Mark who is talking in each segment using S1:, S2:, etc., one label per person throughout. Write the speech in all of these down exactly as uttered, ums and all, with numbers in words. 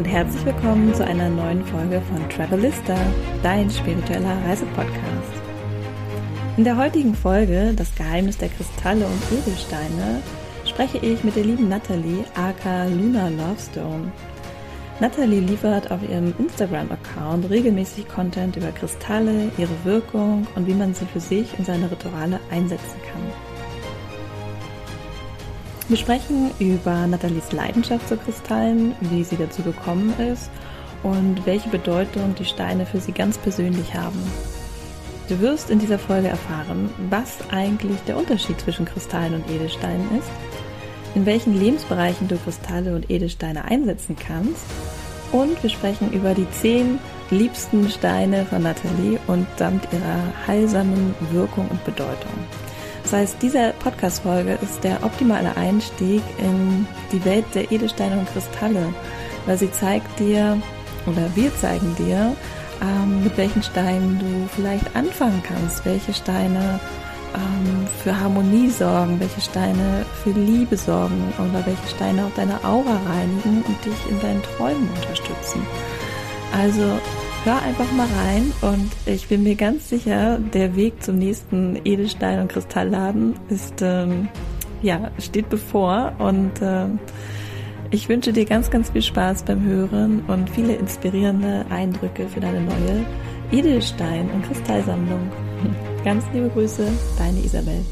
S1: und herzlich willkommen zu einer neuen Folge von Travelista, dein spiritueller Reisepodcast. In der heutigen Folge, das Geheimnis der Kristalle und Edelsteine, spreche ich mit der lieben Nathalie, aka Lunar Lovestone. Nathalie liefert auf ihrem Instagram-Account regelmäßig Content über Kristalle, ihre Wirkung und wie man sie für sich und seine Rituale einsetzen kann. Wir sprechen über Nathalies Leidenschaft zu Kristallen, wie sie dazu gekommen ist und welche Bedeutung die Steine für sie ganz persönlich haben. Du wirst in dieser Folge erfahren, was eigentlich der Unterschied zwischen Kristallen und Edelsteinen ist, in welchen Lebensbereichen du Kristalle und Edelsteine einsetzen kannst, und wir sprechen über die zehn liebsten Steine von Nathalie und samt ihrer heilsamen Wirkung und Bedeutung. Das heißt, diese Podcast-Folge ist der optimale Einstieg in die Welt der Edelsteine und Kristalle, weil sie zeigt dir, oder wir zeigen dir, ähm, mit welchen Steinen du vielleicht anfangen kannst, welche Steine ähm, für Harmonie sorgen, welche Steine für Liebe sorgen oder welche Steine auch deine Aura reinigen und dich in deinen Träumen unterstützen. Also hör einfach mal rein und ich bin mir ganz sicher, der Weg zum nächsten Edelstein- und Kristallladen ist, ähm, ja, steht bevor und ähm, ich wünsche dir ganz, ganz viel Spaß beim Hören und viele inspirierende Eindrücke für deine neue Edelstein- und Kristallsammlung. Ganz liebe Grüße, deine Isabel.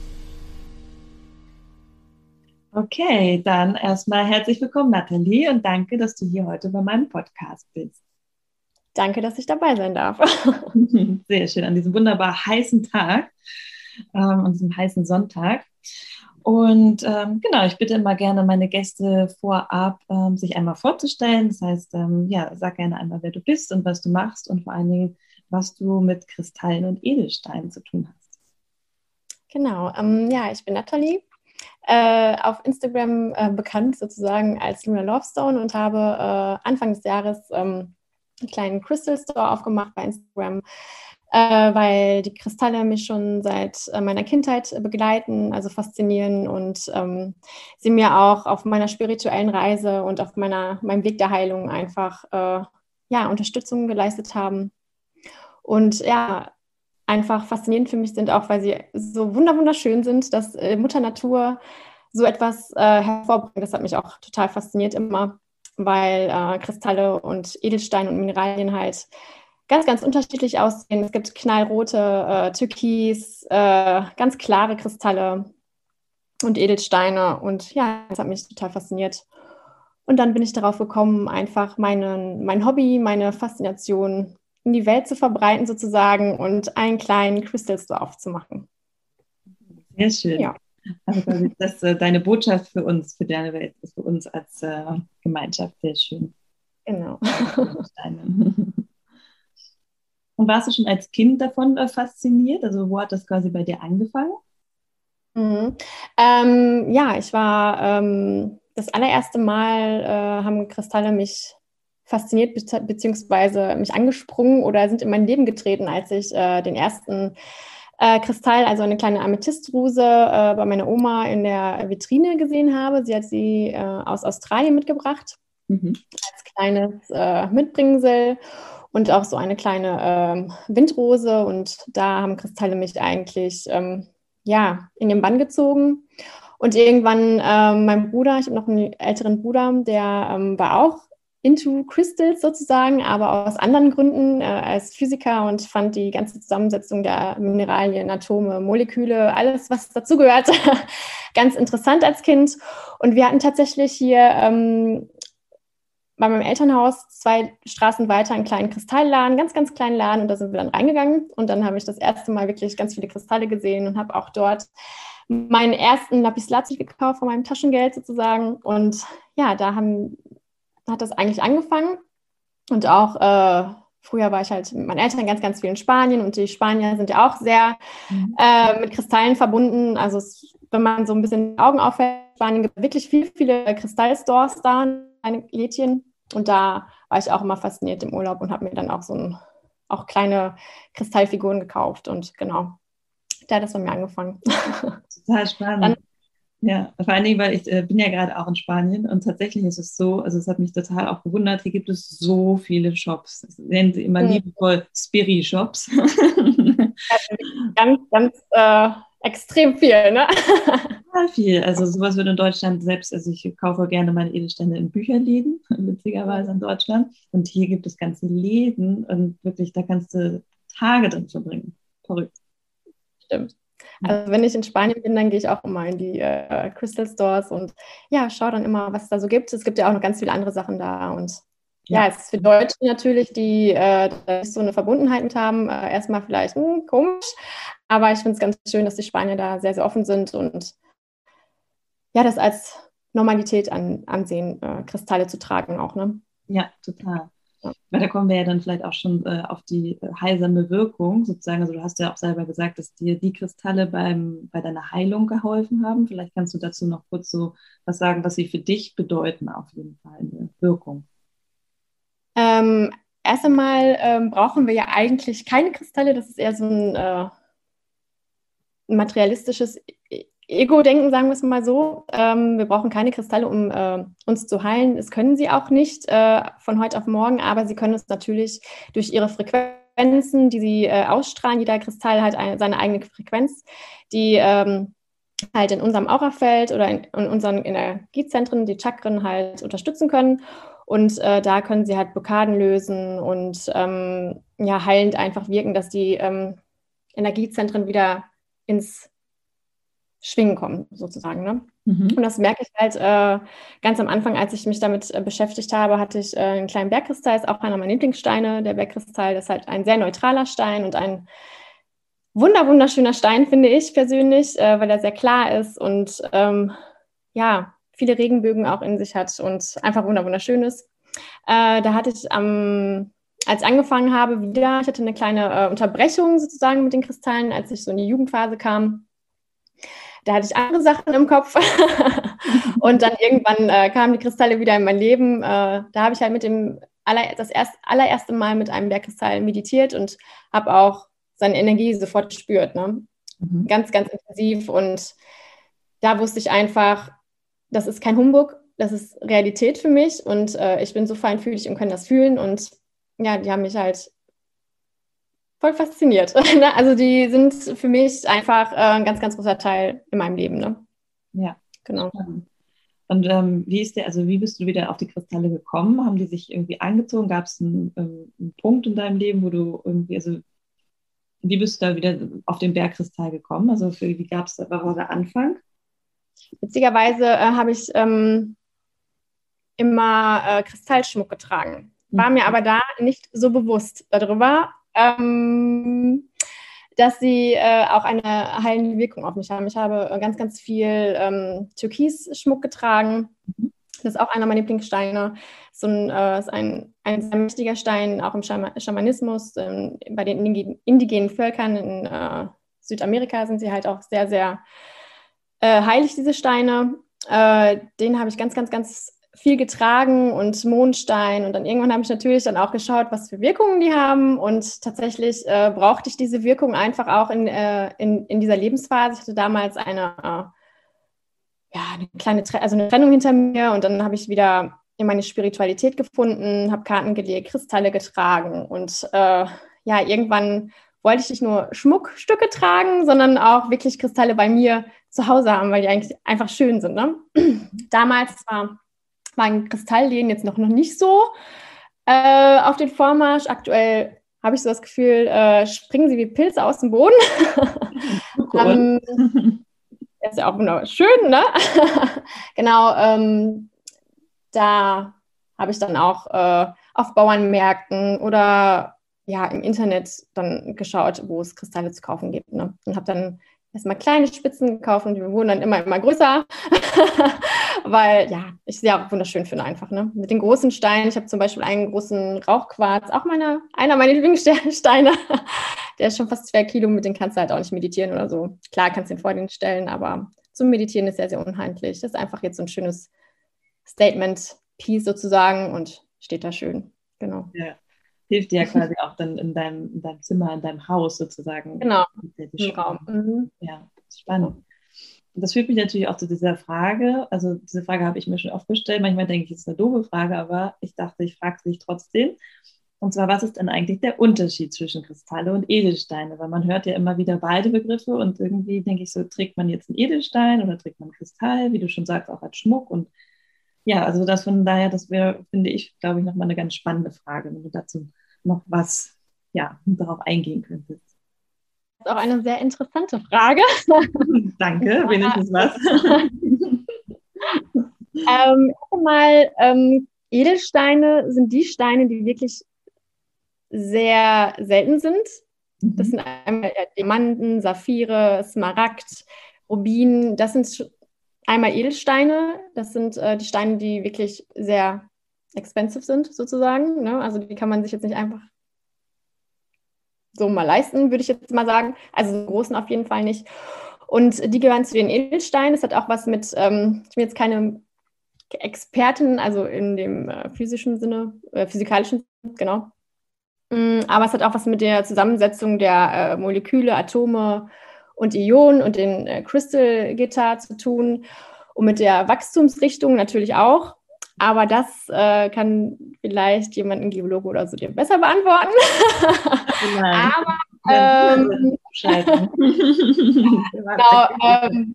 S1: Okay, dann erstmal herzlich willkommen, Nathalie, und danke, dass du hier heute bei meinem Podcast bist.
S2: Danke, dass ich dabei sein darf.
S1: Sehr schön, an diesem wunderbar heißen Tag, ähm, an diesem heißen Sonntag. Und ähm, genau, ich bitte immer gerne meine Gäste vorab, ähm, sich einmal vorzustellen. Das heißt, ähm, ja, sag gerne einmal, wer du bist und was du machst und vor allen Dingen, was du mit Kristallen und Edelsteinen zu tun hast.
S2: Genau, ähm, ja, ich bin Nathalie, äh, auf Instagram äh, bekannt sozusagen als Lunar Lovestone und habe äh, Anfang des Jahres ähm, einen kleinen Crystal Store aufgemacht bei Instagram, äh, weil die Kristalle mich schon seit äh, meiner Kindheit begleiten, also faszinieren und ähm, sie mir auch auf meiner spirituellen Reise und auf meiner, meinem Weg der Heilung einfach äh, ja, Unterstützung geleistet haben. Und ja, einfach faszinierend für mich sind, auch weil sie so wunderschön sind, dass äh, Mutter Natur so etwas äh, hervorbringt. Das hat mich auch total fasziniert immer, weil äh, Kristalle und Edelsteine und Mineralien halt ganz, ganz unterschiedlich aussehen. Es gibt knallrote, äh, türkis, äh, ganz klare Kristalle und Edelsteine. Und ja, das hat mich total fasziniert. Und dann bin ich darauf gekommen, einfach meinen, mein Hobby, meine Faszination in die Welt zu verbreiten sozusagen und einen kleinen Crystal Store aufzumachen.
S1: Sehr schön.
S2: Ja.
S1: Also quasi das äh, deine Botschaft für uns, für deine Welt, ist für uns als äh, Gemeinschaft sehr schön.
S2: Genau.
S1: Und warst du schon als Kind davon äh, fasziniert? Also wo hat das quasi bei dir angefangen?
S2: Mhm. Ähm, ja, ich war ähm, das allererste Mal äh, haben Kristalle mich fasziniert be- beziehungsweise mich angesprungen oder sind in mein Leben getreten, als ich äh, den ersten äh, Kristall, also eine kleine Amethystruse, äh, bei meiner Oma in der Vitrine gesehen habe. Sie hat sie äh, aus Australien mitgebracht,
S1: Mhm.
S2: als kleines äh, Mitbringsel und auch so eine kleine ähm, Windrose. Und da haben Kristalle mich eigentlich ähm, ja, in den Bann gezogen. Und irgendwann ähm, mein Bruder, ich habe noch einen älteren Bruder, der ähm, war auch into Crystals sozusagen, aber aus anderen Gründen äh, als Physiker und fand die ganze Zusammensetzung der Mineralien, Atome, Moleküle, alles, was dazugehört, ganz interessant als Kind. Und wir hatten tatsächlich hier ähm, bei meinem Elternhaus zwei Straßen weiter einen kleinen Kristallladen, ganz, ganz kleinen Laden, und da sind wir dann reingegangen und dann habe ich das erste Mal wirklich ganz viele Kristalle gesehen und habe auch dort meinen ersten Lapislazuli gekauft von meinem Taschengeld sozusagen und ja, da haben, hat das eigentlich angefangen und auch äh, früher war ich halt mit meinen Eltern ganz, ganz viel in Spanien und die Spanier sind ja auch sehr
S1: Mhm.
S2: äh, mit Kristallen verbunden, also es, wenn man so ein bisschen die Augen aufhält, Spanien gibt wirklich viele, viele Kristallstores da, kleine Lädchen. Und da war ich auch immer fasziniert im Urlaub und habe mir dann auch so ein, auch kleine Kristallfiguren gekauft. Und genau, da hat das bei mir angefangen.
S1: Total spannend.
S2: Dann,
S1: Ja, vor allen Dingen, weil ich äh, bin ja gerade auch in Spanien und tatsächlich ist es so, also es hat mich total auch gewundert, hier gibt es so viele Shops. Das nennen sie immer
S2: Mhm.
S1: liebevoll Spiri-Shops.
S2: Ganz, ganz äh, extrem viel, ne?
S1: Total viel. Also sowas wird in Deutschland selbst, also ich kaufe gerne meine Edelsteine in Bücherläden, witzigerweise in Deutschland. Und hier gibt es ganze Läden und wirklich, da kannst du Tage drin verbringen. Verrückt.
S2: Stimmt.
S1: Ja.
S2: Also wenn ich in Spanien bin, dann gehe ich auch immer in die äh, Crystal Stores und ja, schaue dann immer, was es da so gibt. Es gibt ja auch noch ganz viele andere Sachen da und ja,
S1: Ja.
S2: es ist für Deutsche natürlich, die äh, da nicht so eine Verbundenheit mit haben, äh, erstmal vielleicht hm, komisch, aber ich finde es ganz schön, dass die Spanier da sehr, sehr offen sind und ja, das als Normalität an, ansehen, äh, Kristalle zu tragen auch, ne?
S1: Ja, total.
S2: Ja.
S1: Weil da kommen wir ja dann vielleicht auch schon äh, auf die äh, heilsame Wirkung sozusagen. Also du hast ja auch selber gesagt, dass dir die Kristalle beim, bei deiner Heilung geholfen haben. Vielleicht kannst du dazu noch kurz so was sagen, was sie für dich bedeuten, auf jeden Fall eine Wirkung.
S2: Ähm, erst einmal ähm, brauchen wir ja eigentlich keine Kristalle, das ist eher so ein äh, ein materialistisches Ego-Denken, sagen wir es mal so. Ähm, wir brauchen keine Kristalle, um äh, uns zu heilen. Das können sie auch nicht äh, von heute auf morgen, aber sie können uns natürlich durch ihre Frequenzen, die sie äh, ausstrahlen, jeder Kristall hat eine, seine eigene Frequenz, die ähm, halt in unserem Aurafeld oder in, in unseren Energiezentren, die Chakren halt unterstützen können. Und äh, da können sie halt Blockaden lösen und ähm, ja, heilend einfach wirken, dass die ähm, Energiezentren wieder ins Schwingen kommen, sozusagen. Ne?
S1: Mhm.
S2: Und das merke ich halt äh, ganz am Anfang, als ich mich damit äh, beschäftigt habe, hatte ich äh, einen kleinen Bergkristall, ist auch einer meiner Lieblingssteine. Der Bergkristall ist halt ein sehr neutraler Stein und ein wunder wunderschöner Stein, finde ich persönlich, äh, weil er sehr klar ist und ähm, ja, viele Regenbögen auch in sich hat und einfach wunder wunderschön ist. Äh, da hatte ich am als ich angefangen habe, wieder, ich hatte eine kleine äh, Unterbrechung sozusagen mit den Kristallen, als ich so in die Jugendphase kam. Da hatte ich andere Sachen im Kopf. Und dann irgendwann äh, kamen die Kristalle wieder in mein Leben. Äh, da habe ich halt mit dem aller, das erst, allererste Mal mit einem Bergkristall meditiert und habe auch seine Energie sofort gespürt. Ne?
S1: Mhm.
S2: Ganz, ganz intensiv. Und da wusste ich einfach, das ist kein Humbug, das ist Realität für mich. Und äh, ich bin so feinfühlig und kann das fühlen. Und ja, die haben mich halt voll fasziniert. Also die sind für mich einfach äh, ein ganz, ganz großer Teil in meinem Leben. Ne?
S1: Ja,
S2: Genau.
S1: spannend. Und ähm, wie ist der, also wie bist du wieder auf die Kristalle gekommen? Haben die sich irgendwie angezogen? Gab es einen, ähm, einen Punkt in deinem Leben, wo du irgendwie, also wie bist du da wieder auf den Bergkristall gekommen? Also für, wie gab es da, was war der Anfang?
S2: Witzigerweise äh, habe ich ähm, immer äh, Kristallschmuck getragen, war mir
S1: Mhm.
S2: aber da nicht so bewusst darüber, ähm, dass sie äh, auch eine heilende Wirkung auf mich haben. Ich habe äh, ganz, ganz viel ähm, Türkisschmuck getragen.
S1: Mhm.
S2: Das ist auch einer meiner Lieblingssteine. So ein, äh, ist ein, ein sehr mächtiger Stein, auch im Schama Schamanismus. Ähm, bei den indigenen Völkern in äh, Südamerika sind sie halt auch sehr, sehr äh, heilig, diese Steine. Äh, den habe ich ganz, ganz, ganz viel getragen und Mondstein. Und dann irgendwann habe ich natürlich dann auch geschaut, was für Wirkungen die haben. Und tatsächlich äh, brauchte ich diese Wirkung einfach auch in, äh, in, in dieser Lebensphase. Ich hatte damals eine, äh, ja, eine kleine Tre also eine Trennung hinter mir und dann habe ich wieder in meine Spiritualität gefunden, habe Karten gelegt, Kristalle getragen und äh, ja, irgendwann wollte ich nicht nur Schmuckstücke tragen, sondern auch wirklich Kristalle bei mir zu Hause haben, weil die eigentlich einfach schön sind. Ne? Damals war, waren Kristallläden jetzt noch, noch nicht so äh, auf den Vormarsch. Aktuell habe ich so das Gefühl, äh, springen sie wie Pilze aus dem Boden. ähm, ist ja auch wunderschön, ne? Genau, ähm, da habe ich dann auch äh, auf Bauernmärkten oder ja im Internet dann geschaut, wo es Kristalle zu kaufen gibt. Ne? Und habe dann erstmal kleine Spitzen gekauft und die wurden dann immer, immer größer, weil ja, ich sie auch wunderschön finde einfach. Ne? Mit den großen Steinen, ich habe zum Beispiel einen großen Rauchquarz, auch meine, einer meiner Lieblingssteine, der ist schon fast zwei Kilo, mit dem kannst du halt auch nicht meditieren oder so. Klar kannst du ihn vor den stellen, aber zum Meditieren ist sehr, sehr unhandlich. Das ist einfach jetzt so ein schönes Statement-Piece sozusagen und steht da schön. Genau.
S1: Ja. Hilft dir ja quasi auch dann in deinem, in deinem Zimmer, in deinem Haus sozusagen.
S2: Genau,
S1: Die
S2: im Raum.
S1: Schwingung.
S2: Mhm.
S1: Ja, spannend. das führt mich natürlich auch zu dieser Frage. Also diese Frage habe ich mir schon oft gestellt. Manchmal denke ich, es ist eine doofe Frage, aber ich dachte, ich frage sie trotzdem. Und zwar, was ist denn eigentlich der Unterschied zwischen Kristalle und Edelsteine? Weil man hört ja immer wieder beide Begriffe und irgendwie denke ich so, trägt man jetzt einen Edelstein oder trägt man Kristall, wie du schon sagst, auch als Schmuck. Und ja, also das von daher, das wäre, finde ich, glaube ich, nochmal eine ganz spannende Frage, wenn du dazu noch was, ja, darauf eingehen könntest.
S2: Das ist auch eine sehr interessante Frage.
S1: Danke, wenigstens was.
S2: ähm, mal, ähm, Edelsteine sind die Steine, die wirklich sehr selten sind. Mhm. Das sind einmal Diamanten, Saphire, Smaragd, Rubin. Das sind einmal Edelsteine. Das sind äh, die Steine, die wirklich sehr expensive sind, sozusagen. Ne? Also die kann man sich jetzt nicht einfach so mal leisten, würde ich jetzt mal sagen. Also die großen auf jeden Fall nicht. Und die gehören zu den Edelsteinen. Das hat auch was mit, ähm, ich bin jetzt keine Expertin, also in dem äh, physischen Sinne, äh, physikalischen, genau. Mm, aber es hat auch was mit der Zusammensetzung der äh, Moleküle, Atome und Ionen und den äh, Crystal-Gitter zu tun und mit der Wachstumsrichtung natürlich auch. Aber das äh, kann vielleicht jemand, ein Geologe oder so, dir besser beantworten.
S1: Nein.
S2: Aber ähm, genau, ähm,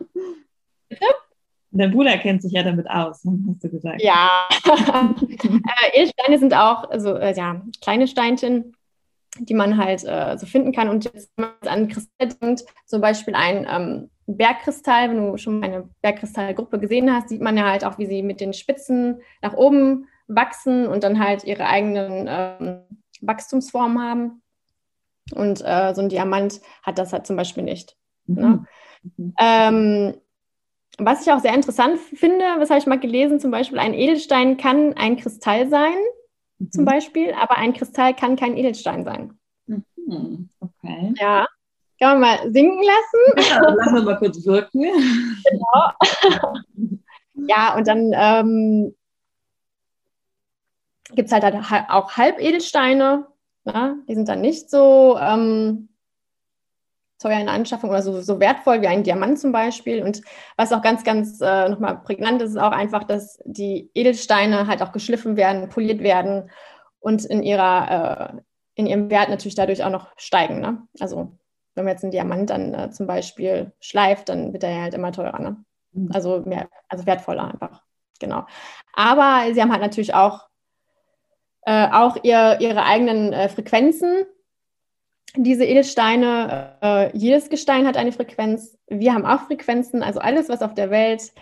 S1: Dein Bruder kennt sich ja damit aus, hast du gesagt.
S2: Ja, äh, Edelsteine sind auch also, äh, ja, kleine Steinchen, die man halt äh, so finden kann. Und jetzt, wenn man an Kristall denkt, zum Beispiel ein ähm, Bergkristall, wenn du schon mal eine Bergkristallgruppe gesehen hast, sieht man ja halt auch, wie sie mit den Spitzen nach oben wachsen und dann halt ihre eigenen ähm, Wachstumsformen haben. Und äh, so ein Diamant hat das halt zum Beispiel nicht. Mhm. Ne? Mhm. Ähm, Was ich auch sehr interessant finde, was habe ich mal gelesen, zum Beispiel ein Edelstein kann ein Kristall sein, mhm. zum Beispiel, aber ein Kristall kann kein Edelstein sein.
S1: Mhm. Okay.
S2: Ja, kann man mal sinken lassen.
S1: Ja, lassen wir mal kurz wirken.
S2: Genau. Ja, und dann ähm, gibt es halt, halt auch Halbedelsteine, ne? Die sind dann nicht so ähm, teuer in Anschaffung oder so, so wertvoll wie ein Diamant zum Beispiel. Und was auch ganz, ganz äh, nochmal prägnant ist, ist auch einfach, dass die Edelsteine halt auch geschliffen werden, poliert werden und in ihrer, äh, in ihrem Wert natürlich dadurch auch noch steigen. Ne? Also wenn man jetzt einen Diamant dann äh, zum Beispiel schleift, dann wird er ja halt immer teurer. Ne? Also mehr, also wertvoller einfach. Genau. Aber sie haben halt natürlich auch, äh, auch ihr, ihre eigenen äh, Frequenzen. Diese Edelsteine, äh, jedes Gestein hat eine Frequenz. Wir haben auch Frequenzen, also alles, was auf der Welt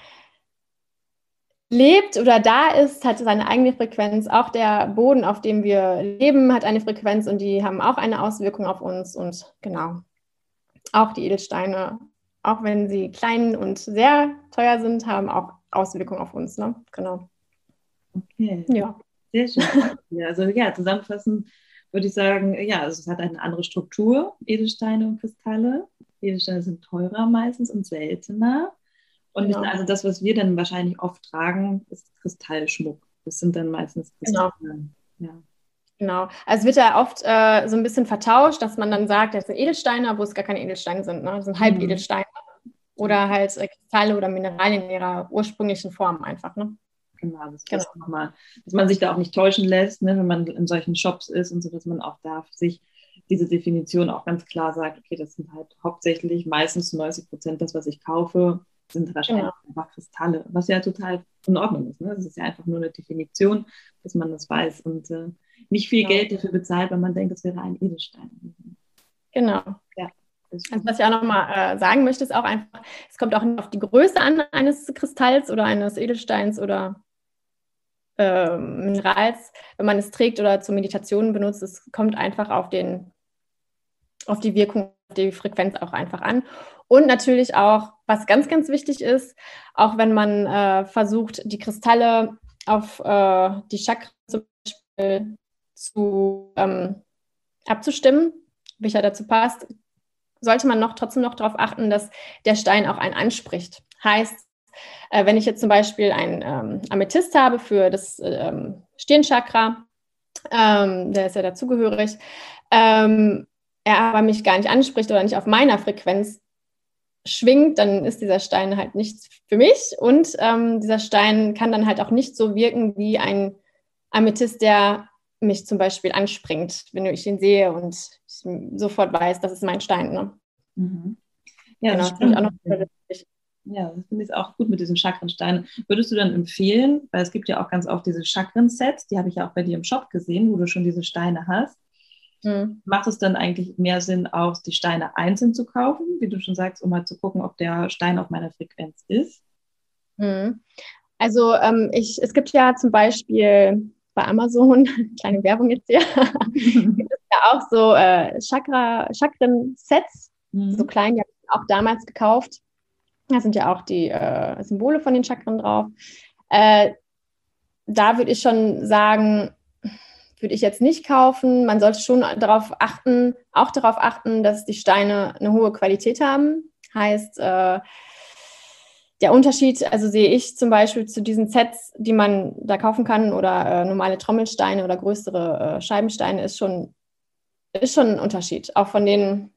S2: lebt oder da ist, hat seine eigene Frequenz. Auch der Boden, auf dem wir leben, hat eine Frequenz und die haben auch eine Auswirkung auf uns. Und genau, auch die Edelsteine, auch wenn sie klein und sehr teuer sind, haben auch Auswirkungen auf uns. Ne? Genau.
S1: Okay.
S2: Ja.
S1: Sehr schön. Ja, also ja, zusammenfassend würde ich sagen, ja, also es hat eine andere Struktur, Edelsteine und Kristalle. Edelsteine sind teurer meistens und seltener. Und genau. Also das, was wir dann wahrscheinlich oft tragen, ist Kristallschmuck. Das sind dann meistens Kristalle. Genau. Ja.
S2: Genau. Also es wird ja oft äh, so ein bisschen vertauscht, dass man dann sagt, das sind Edelsteine, obwohl es gar keine Edelsteine sind. Ne? Das sind Halbedelsteine. Mhm. Oder halt äh, Kristalle oder Mineralien in ihrer ursprünglichen Form einfach. Ne?
S1: Genau, das genau. Nochmal, dass man sich da auch nicht täuschen lässt, ne, wenn man in solchen Shops ist und so, dass man auch da sich diese Definition auch ganz klar sagt, okay, das sind halt hauptsächlich meistens zu neunzig Prozent das, was ich kaufe, sind wahrscheinlich genau. einfach Kristalle, was ja total in Ordnung ist. Ne? Das ist ja einfach nur eine Definition, dass man das weiß und äh, nicht viel genau. Geld dafür bezahlt, wenn man denkt, das wäre ein Edelstein.
S2: Genau. Ja. Also was ich auch nochmal äh, sagen möchte, ist auch einfach, es kommt auch auf die Größe an eines Kristalls oder eines Edelsteins oder äh, Minerals, wenn man es trägt oder zur Meditation benutzt. Es kommt einfach auf, den, auf die Wirkung, auf die Frequenz auch einfach an. Und natürlich auch, was ganz, ganz wichtig ist, auch wenn man äh, versucht, die Kristalle auf äh, die Chakren zum Beispiel zu, ähm, abzustimmen, welcher dazu passt, sollte man noch trotzdem noch darauf achten, dass der Stein auch einen anspricht. Heißt, äh, wenn ich jetzt zum Beispiel einen ähm, Amethyst habe für das ähm, Stirnchakra, ähm, der ist ja dazugehörig, ähm, er aber mich gar nicht anspricht oder nicht auf meiner Frequenz schwingt, dann ist dieser Stein halt nichts für mich. Und ähm, dieser Stein kann dann halt auch nicht so wirken wie ein Amethyst, der mich zum Beispiel anspringt, wenn ich ihn sehe und ich sofort weiß, das ist mein Stein. Ne?
S1: Mhm. Ja,
S2: genau,
S1: das
S2: das finde ich auch
S1: stimmt.
S2: noch wichtig.
S1: Ja, das finde ich auch gut mit diesen Chakrensteinen. Würdest du dann empfehlen, weil es gibt ja auch ganz oft diese Chakren-Sets, die habe ich ja auch bei dir im Shop gesehen, wo du schon diese Steine hast.
S2: Hm.
S1: Macht es dann eigentlich mehr Sinn, auch die Steine einzeln zu kaufen, wie du schon sagst, um mal zu gucken, ob der Stein auf meiner Frequenz ist?
S2: Hm. Also ähm, ich, es gibt ja zum Beispiel bei Amazon, kleine Werbung jetzt hier, gibt es ja auch so äh, Chakra, Chakren-Sets,
S1: Mhm.
S2: so klein, die habe ich auch damals gekauft. Da sind ja auch die äh, Symbole von den Chakren drauf. Äh, da würde ich schon sagen, würde ich jetzt nicht kaufen. Man sollte schon darauf achten, auch darauf achten, dass die Steine eine hohe Qualität haben. Heißt, äh, der Unterschied, also sehe ich zum Beispiel zu diesen Sets, die man da kaufen kann oder äh, normale Trommelsteine oder größere äh, Scheibensteine, ist schon, ist schon ein Unterschied. Auch von den,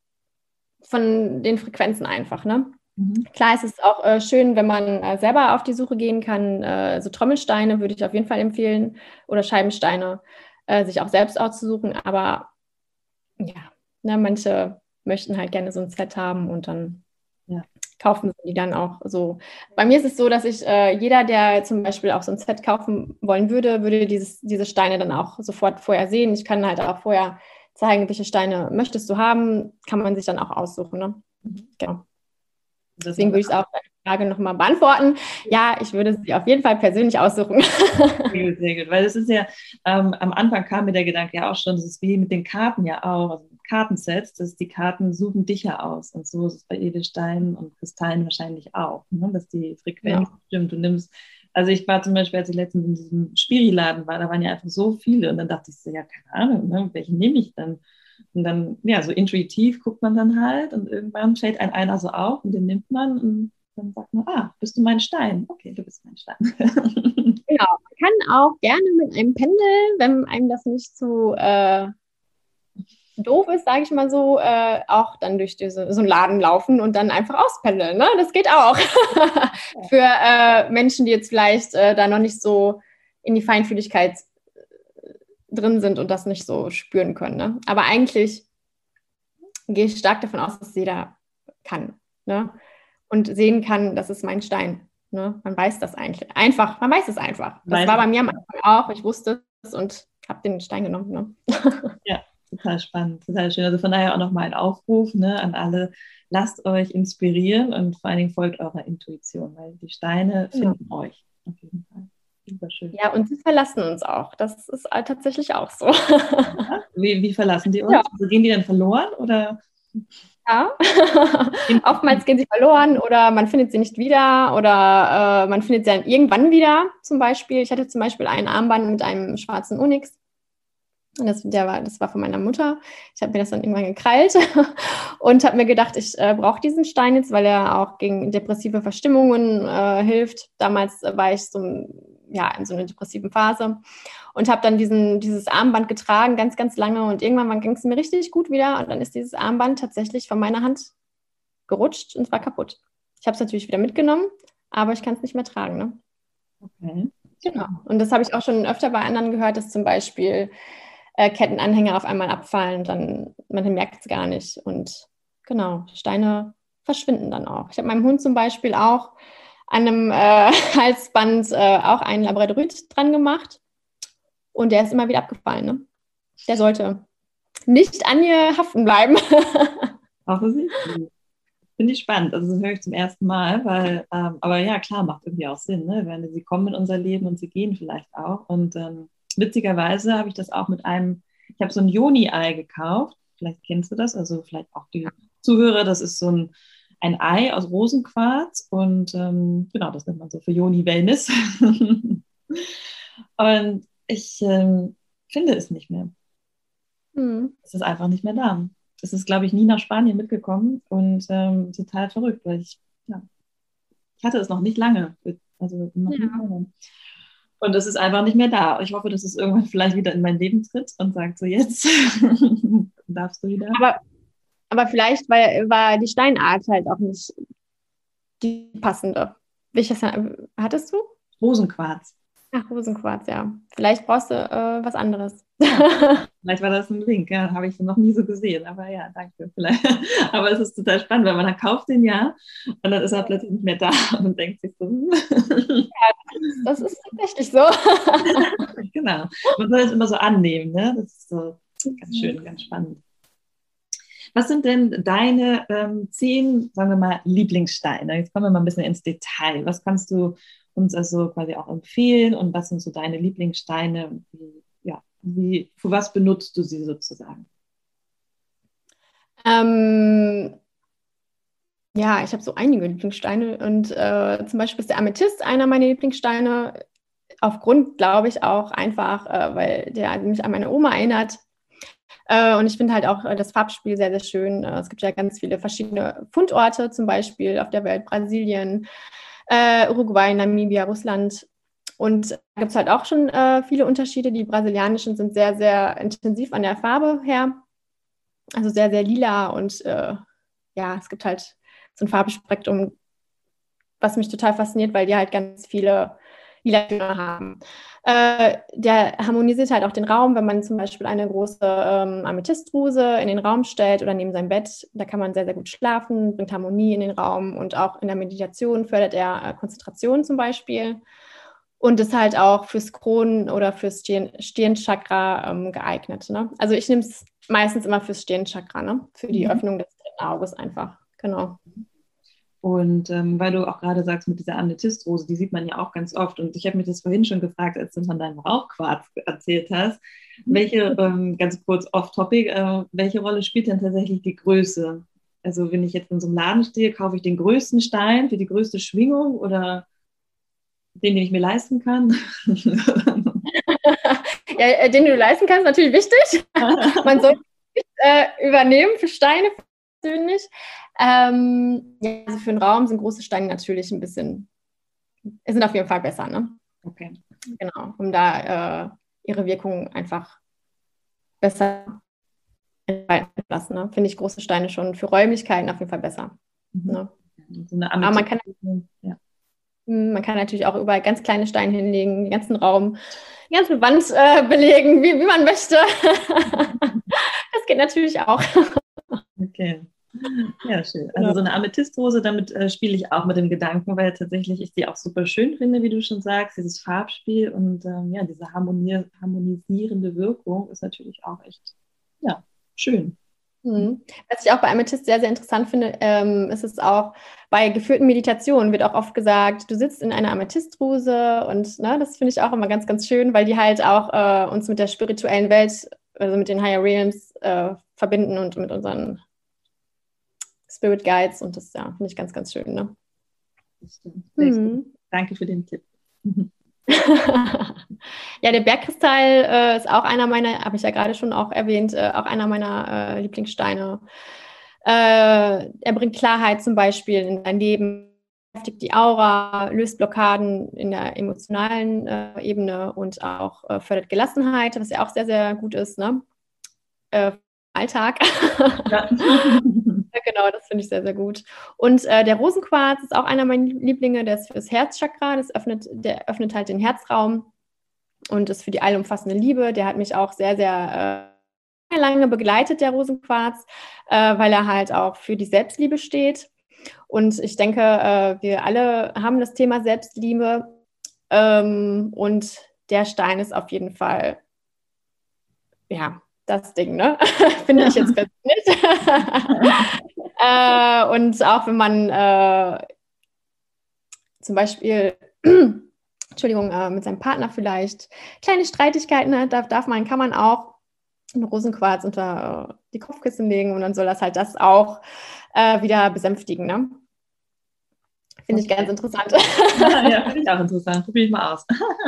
S2: von den Frequenzen einfach, ne?
S1: Mhm.
S2: Klar, es ist auch äh, schön, wenn man äh, selber auf die Suche gehen kann. Äh, so Trommelsteine würde ich auf jeden Fall empfehlen oder Scheibensteine, äh, sich auch selbst auszusuchen. Aber ja, ne, manche möchten halt gerne so ein Set haben und dann
S1: Ja.
S2: kaufen sie die dann auch so. Bei mir ist es so, dass ich, äh, jeder, der zum Beispiel auch so ein Set kaufen wollen würde, würde dieses, diese Steine dann auch sofort vorher sehen. Ich kann halt auch vorher zeigen, welche Steine möchtest du haben, kann man sich dann auch aussuchen. Ne?
S1: Mhm.
S2: Genau.
S1: Das
S2: Deswegen würde ich auch deine Frage nochmal beantworten. Ja, ich würde sie auf jeden Fall persönlich aussuchen.
S1: Sehr gut, sehr gut. Weil es ist ja, ähm, am Anfang kam mir der Gedanke ja auch schon, das ist wie mit den Karten ja auch, also mit Kartensets, dass die Karten suchen dich ja aus. Und so ist es bei Edelsteinen und Kristallen wahrscheinlich auch, ne? Dass die Frequenz
S2: Ja.
S1: stimmt. Du nimmst, also ich war zum Beispiel, als ich letztens in diesem Spiriladen war, da waren ja einfach so viele und dann dachte ich so, ja, keine Ahnung, ne? Welchen nehme ich dann? Und dann, ja, so intuitiv guckt man dann halt und irgendwann fällt ein einer so auf und den nimmt man und dann sagt man, ah, bist du mein Stein? Okay, du bist mein Stein.
S2: Genau. Man kann auch gerne mit einem Pendel, wenn einem das nicht zu äh, doof ist, sage ich mal so, äh, auch dann durch diese, so einen Laden laufen und dann einfach auspendeln. Ne? Das geht auch. Für äh, Menschen, die jetzt vielleicht äh, da noch nicht so in die Feinfühligkeit drin sind und das nicht so spüren können. Ne? Aber eigentlich gehe ich stark davon aus, dass jeder kann. Ne? Und sehen kann, das ist mein Stein. Ne? Man weiß das eigentlich. Einfach, man weiß es einfach. Das
S1: Weiß
S2: war
S1: ich.
S2: bei mir am Anfang auch. Ich wusste es und habe den Stein genommen. Ne?
S1: Ja, total spannend, total schön. Also von daher auch nochmal ein Aufruf, ne, an alle, lasst euch inspirieren und vor allen Dingen folgt eurer Intuition, weil die Steine
S2: Genau.
S1: finden euch. Auf jeden Fall. Super schön.
S2: Ja, und sie verlassen uns auch. Das ist halt tatsächlich auch so.
S1: Ja? Wie, wie verlassen die uns?
S2: Ja.
S1: Also gehen die dann verloren oder?
S2: Ja. Oftmals gehen sie verloren oder man findet sie nicht wieder oder äh, man findet sie dann irgendwann wieder. Zum Beispiel, ich hatte zum Beispiel ein Armband mit einem schwarzen Onyx. Und das, der war, das war von meiner Mutter. Ich habe mir das dann irgendwann gekrallt und habe mir gedacht, ich äh, brauche diesen Stein jetzt, weil er auch gegen depressive Verstimmungen äh, hilft. Damals war ich so, ja, in so einer depressiven Phase und habe dann diesen, dieses Armband getragen, ganz, ganz lange. Und irgendwann ging es mir richtig gut wieder. Und dann ist dieses Armband tatsächlich von meiner Hand gerutscht und war kaputt. Ich habe es natürlich wieder mitgenommen, aber ich kann es nicht mehr tragen. Ne?
S1: Okay.
S2: Genau. Und das habe ich auch schon öfter bei anderen gehört, dass zum Beispiel äh, Kettenanhänger auf einmal abfallen, dann man merkt es gar nicht. Und genau, Steine verschwinden dann auch. Ich habe meinem Hund zum Beispiel auch an einem äh, Halsband äh, auch einen Labradorit dran gemacht und der ist immer wieder abgefallen. Ne? Der sollte nicht an ihr haften bleiben.
S1: Offensichtlich. Finde ich spannend. Also das höre ich zum ersten Mal, weil, ähm, aber ja, klar, macht irgendwie auch Sinn, ne? Wenn sie kommen in unser Leben und sie gehen vielleicht auch. Und ähm, witzigerweise habe ich das auch mit einem, ich habe so ein Yoni-Ei gekauft. Vielleicht kennst du das, also vielleicht auch die Zuhörer, das ist so ein, ein Ei aus Rosenquarz und ähm, genau, das nennt man so für Yoni-Wellness. Und ich ähm, finde es nicht mehr.
S2: Hm.
S1: Es ist einfach nicht mehr da. Es ist, glaube ich, nie nach Spanien mitgekommen und ähm, total verrückt, weil ich, ja, ich hatte es noch nicht lange. Also noch
S2: Ja.
S1: nicht lange. Und es ist einfach nicht mehr da. Ich hoffe, dass es irgendwann vielleicht wieder in mein Leben tritt und sagt so, jetzt darfst du wieder.
S2: Aber aber vielleicht war, war die Steinart halt auch nicht die passende. Welches hattest du?
S3: Rosenquarz.
S2: Ach, Rosenquarz, ja. Vielleicht brauchst du äh, was anderes.
S3: Ja, vielleicht war das ein Link, ja, habe ich noch nie so gesehen, aber ja, danke. Vielleicht. Aber es ist total spannend, weil man kauft den ja und dann ist er plötzlich nicht mehr da und denkt sich so, hm.
S2: Ja, das ist tatsächlich so.
S3: Genau. Man soll es immer so annehmen, ne? Das ist so ganz schön, ganz spannend. Was sind denn deine ähm, zehn, sagen wir mal, Lieblingssteine? Jetzt kommen wir mal ein bisschen ins Detail. Was kannst du uns also quasi auch empfehlen und was sind so deine Lieblingssteine? Wie, ja, wie, für was benutzt du sie sozusagen?
S2: Ähm, ja, ich habe so einige Lieblingssteine und äh, zum Beispiel ist der Amethyst einer meiner Lieblingssteine. Aufgrund, glaube ich, auch einfach, äh, weil der mich an meine Oma erinnert. Äh, und ich finde halt auch äh, das Farbspiel sehr, sehr schön. Äh, es gibt ja ganz viele verschiedene Fundorte, zum Beispiel auf der Welt, Brasilien, äh, Uruguay, Namibia, Russland. Und da gibt es halt auch schon äh, viele Unterschiede. Die brasilianischen sind sehr, sehr intensiv an der Farbe her. Also sehr, sehr lila und äh, ja, es gibt halt so ein Farbspektrum, was mich total fasziniert, weil die halt ganz viele lila Töne haben. Äh, der harmonisiert halt auch den Raum, wenn man zum Beispiel eine große ähm, Amethystrose in den Raum stellt oder neben sein Bett. Da kann man sehr, sehr gut schlafen, bringt Harmonie in den Raum und auch in der Meditation fördert er äh, Konzentration zum Beispiel. Und ist halt auch fürs Kronen- oder fürs Stirn Stirnchakra ähm, geeignet. Ne? Also ich nehme es meistens immer fürs Stirnchakra, ne? Für die
S3: Mhm.
S2: Öffnung des dritten Auges einfach. Genau.
S3: Und ähm, weil du auch gerade sagst, mit dieser Amethystrose, die sieht man ja auch ganz oft. Und ich habe mich das vorhin schon gefragt, als du von deinem Rauchquarz erzählt hast, welche, ähm, ganz kurz off-topic, äh, welche Rolle spielt denn tatsächlich die Größe? Also wenn ich jetzt in so einem Laden stehe, kaufe ich den größten Stein für die größte Schwingung oder den, den ich mir leisten kann?
S2: Ja, den du leisten kannst, natürlich wichtig. Man sollte nicht äh, übernehmen für Steine persönlich. Ähm, ja, also für einen Raum sind große Steine natürlich ein bisschen, sind auf jeden Fall besser, ne?
S3: Okay.
S2: Genau, um da äh, ihre Wirkung einfach besser entfalten zu lassen. Ne? Finde ich große Steine schon für Räumlichkeiten auf jeden Fall besser.
S3: Mhm.
S2: Ne?
S3: So eine
S2: Aber man kann,
S3: ja.
S2: man kann natürlich auch überall ganz kleine Steine hinlegen, den ganzen Raum, die ganze Wand äh, belegen, wie, wie man möchte. Das geht natürlich auch.
S3: Okay. Ja, schön. Also
S2: Genau.
S3: so eine Amethystrose, damit äh, spiele ich auch mit dem Gedanken, weil tatsächlich ich die auch super schön finde, wie du schon sagst, dieses Farbspiel und ähm, ja, diese harmonier harmonisierende Wirkung ist natürlich auch echt, ja, schön.
S2: Mhm. Was ich auch bei Amethyst sehr, sehr interessant finde, ähm, ist es auch bei geführten Meditationen wird auch oft gesagt, du sitzt in einer Amethystrose und ne, das finde ich auch immer ganz, ganz schön, weil die halt auch äh, uns mit der spirituellen Welt, also mit den Higher Realms äh, verbinden und mit unseren Spirit Guides und das ja, finde ich ganz, ganz schön. Ne?
S3: Das stimmt.
S2: Mhm.
S3: Danke für den Tipp.
S2: Ja, der Bergkristall äh, ist auch einer meiner, habe ich ja gerade schon auch erwähnt, äh, auch einer meiner äh, Lieblingssteine. Äh, er bringt Klarheit zum Beispiel in dein Leben, kräftigt die Aura, löst Blockaden in der emotionalen äh, Ebene und auch äh, fördert Gelassenheit, was ja auch sehr, sehr gut ist, ne? Äh, Alltag.
S3: Ja.
S2: Genau, das finde ich sehr, sehr gut. Und äh, der Rosenquarz ist auch einer meiner Lieblinge, der ist fürs Herzchakra, das öffnet, der öffnet halt den Herzraum und ist für die allumfassende Liebe. Der hat mich auch sehr, sehr äh, lange begleitet, der Rosenquarz, äh, weil er halt auch für die Selbstliebe steht. Und ich denke, äh, wir alle haben das Thema Selbstliebe ähm, und der Stein ist auf jeden Fall, ja, das Ding, ne? Finde ich jetzt persönlich. äh, und auch wenn man äh, zum Beispiel, Entschuldigung, äh, mit seinem Partner vielleicht kleine Streitigkeiten hat, darf, darf man, kann man auch einen Rosenquarz unter äh, die Kopfkissen legen und dann soll das halt das auch äh, wieder besänftigen, ne? Finde ich ganz interessant.
S3: Ja, finde ich auch interessant. Probiere ich mal aus.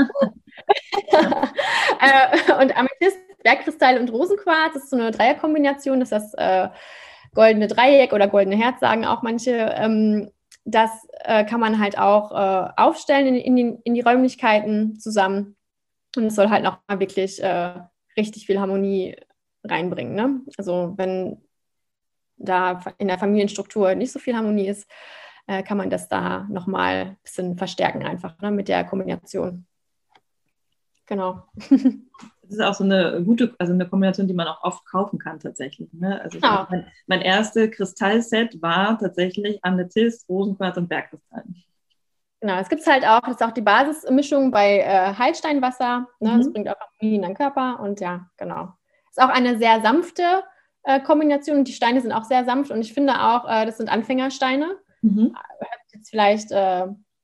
S2: äh, und Amethyst, Bergkristall und Rosenquarz, das ist so eine Dreierkombination, das ist das äh, goldene Dreieck oder goldene Herz, sagen auch manche. Ähm, das äh, kann man halt auch äh, aufstellen in, in, die, in die Räumlichkeiten zusammen. Und es soll halt noch mal wirklich äh, richtig viel Harmonie reinbringen. Ne? Also wenn da in der Familienstruktur nicht so viel Harmonie ist, äh, kann man das da nochmal ein bisschen verstärken einfach, ne, mit der Kombination. Genau.
S3: Das ist auch so eine gute, also eine Kombination, die man auch oft kaufen kann tatsächlich. Ne? Also ich
S2: Ja.
S3: mein, mein erstes Kristallset war tatsächlich Amethyst, Rosenquarz und Bergkristall.
S2: Genau, es gibt halt auch, das ist auch die Basismischung bei äh, Heilsteinwasser. Ne?
S3: Mhm.
S2: Das bringt auch Harmonie in den Körper und ja, genau. Ist auch eine sehr sanfte äh, Kombination und die Steine sind auch sehr sanft und ich finde auch, äh, das sind Anfängersteine.
S3: Mhm.
S2: Hört sich jetzt vielleicht äh,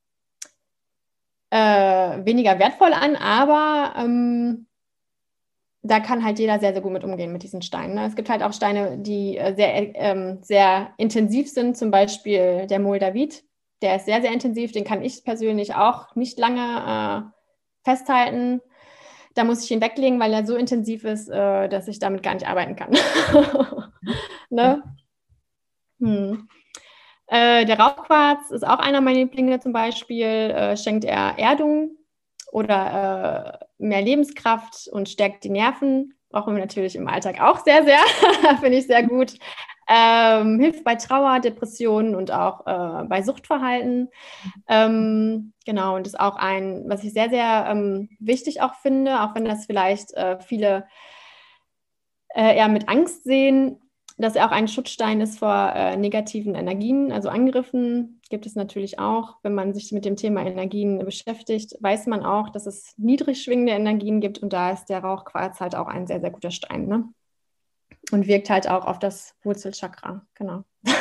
S2: äh, weniger wertvoll an, aber ähm, da kann halt jeder sehr, sehr gut mit umgehen mit diesen Steinen. Ne? Es gibt halt auch Steine, die äh, sehr, ähm, sehr intensiv sind, zum Beispiel der Moldavid. Der ist sehr, sehr intensiv, den kann ich persönlich auch nicht lange äh, festhalten. Da muss ich ihn weglegen, weil er so intensiv ist, äh, dass ich damit gar nicht arbeiten kann. Ne? Hm. Äh, der Rauchquarz ist auch einer meiner Lieblinge zum Beispiel. Äh, schenkt er Erdung oder äh, mehr Lebenskraft und stärkt die Nerven. Brauchen wir natürlich im Alltag auch sehr, sehr. Finde ich sehr gut. Ähm, hilft bei Trauer, Depressionen und auch äh, bei Suchtverhalten. Ähm, genau, und ist auch ein, was ich sehr, sehr ähm, wichtig auch finde, auch wenn das vielleicht äh, viele äh, eher mit Angst sehen, dass er auch ein Schutzstein ist vor äh, negativen Energien, also Angriffen. Gibt es natürlich auch. Wenn man sich mit dem Thema Energien beschäftigt, weiß man auch, dass es niedrig schwingende Energien gibt und da ist der Rauchquarz halt auch ein sehr, sehr guter Stein, ne? Und wirkt halt auch auf das Wurzelchakra, genau.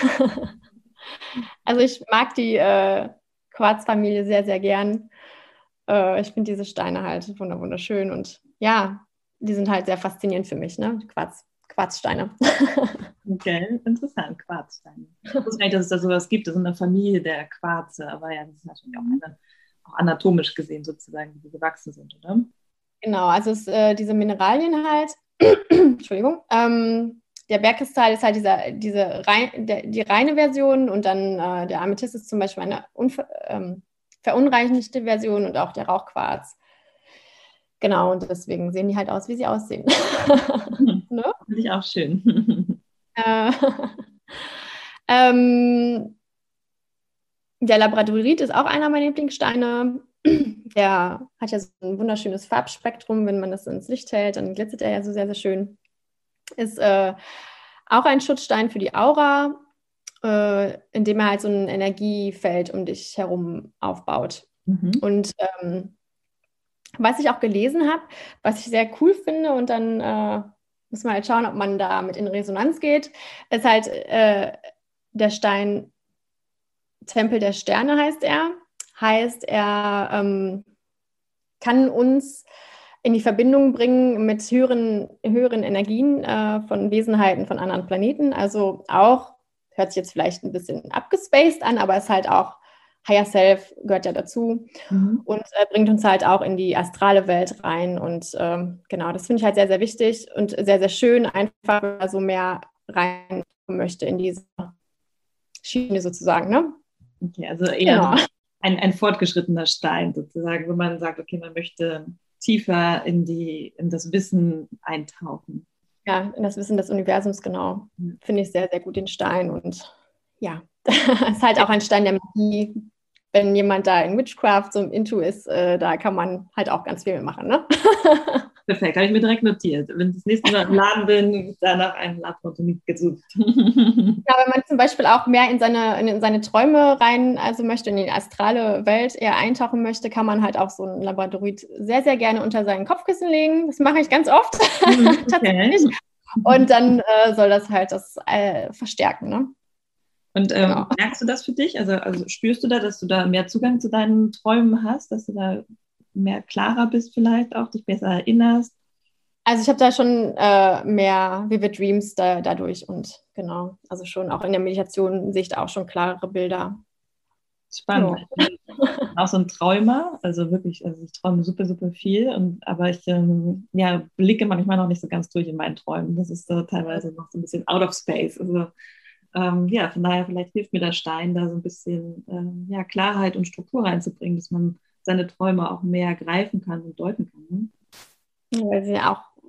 S2: Also ich mag die äh, Quarzfamilie sehr, sehr gern. Äh, ich finde diese Steine halt wunderschön und ja, die sind halt sehr faszinierend für mich, ne? Quarz, Quarzsteine.
S3: Okay, interessant, Quarzsteine. Ich wusste gar nicht, dass es da sowas gibt, das ist eine Familie der Quarze, aber ja, das ist natürlich auch, eine, auch anatomisch gesehen sozusagen, wie die gewachsen sind, oder?
S2: Genau, also es, äh, diese Mineralien halt, Entschuldigung, ähm, der Bergkristall ist halt dieser, diese rein, der, die reine Version und dann äh, der Amethyst ist zum Beispiel eine unver, ähm, verunreinigte Version und auch der Rauchquarz. Genau, und deswegen sehen die halt aus, wie sie aussehen. Ne?
S3: Finde ich auch schön.
S2: Äh, ähm, der Labradorit ist auch einer meiner Lieblingssteine. Der hat ja so ein wunderschönes Farbspektrum. Wenn man das ins Licht hält, dann glitzert er ja so sehr, sehr schön. Ist äh, auch ein Schutzstein für die Aura, äh, indem er halt so ein Energiefeld um dich herum aufbaut.
S3: Mhm.
S2: Und ähm, was ich auch gelesen habe, was ich sehr cool finde und dann äh, muss man halt schauen, ob man da mit in Resonanz geht, ist halt äh, der Stein Tempel der Sterne heißt er. Heißt, er ähm, kann uns in die Verbindung bringen mit höheren, höheren Energien äh, von Wesenheiten von anderen Planeten. Also auch, hört sich jetzt vielleicht ein bisschen abgespaced an, aber ist halt auch Higher Self, gehört ja dazu. Mhm. Und äh, bringt uns halt auch in die astrale Welt rein. Und ähm, genau, das finde ich halt sehr, sehr wichtig und sehr, sehr schön, einfach wenn man so mehr rein möchte in diese Schiene sozusagen, ne?
S3: Okay, also eher
S2: genau.
S3: ein, ein fortgeschrittener Stein sozusagen, wo man sagt, okay, man möchte tiefer in, die, in das Wissen eintauchen.
S2: Ja, in das Wissen des Universums, genau. Mhm. Finde ich sehr, sehr gut, den Stein. Und ja, ist halt auch ein Stein der Magie. Wenn jemand da in Witchcraft so into ist, äh, da kann man halt auch ganz viel mitmachen, ne?
S3: Perfekt, habe ich mir direkt notiert. Wenn ich das nächste Mal im Laden bin, danach einen Labradorit gesucht.
S2: Ja, wenn man zum Beispiel auch mehr in seine, in seine Träume rein, also möchte, in die astrale Welt eher eintauchen möchte, kann man halt auch so einen Labradorit sehr, sehr gerne unter seinen Kopfkissen legen. Das mache ich ganz oft.
S3: Okay. Tatsächlich.
S2: Und dann äh, soll das halt das äh, verstärken, ne?
S3: Und ähm, genau. Merkst du das für dich? Also, also spürst du da, dass du da mehr Zugang zu deinen Träumen hast, dass du da mehr klarer bist vielleicht auch, dich besser erinnerst?
S2: Also ich habe da schon äh, mehr Vivid Dreams da, dadurch und genau, also schon auch in der Meditation sehe ich da auch schon klarere Bilder.
S3: Spannend. Ja. Ich bin auch so ein Träumer, also wirklich, also ich träume super, super viel, und, aber ich ähm, ja, blicke manchmal noch nicht so ganz durch in meinen Träumen. Das ist äh, teilweise noch so ein bisschen out of space. Also ähm, ja, von daher vielleicht hilft mir der Stein da so ein bisschen ähm, ja, Klarheit und Struktur reinzubringen, dass man seine Träume auch mehr greifen kann und deuten kann. Ne?
S2: Weil sie auch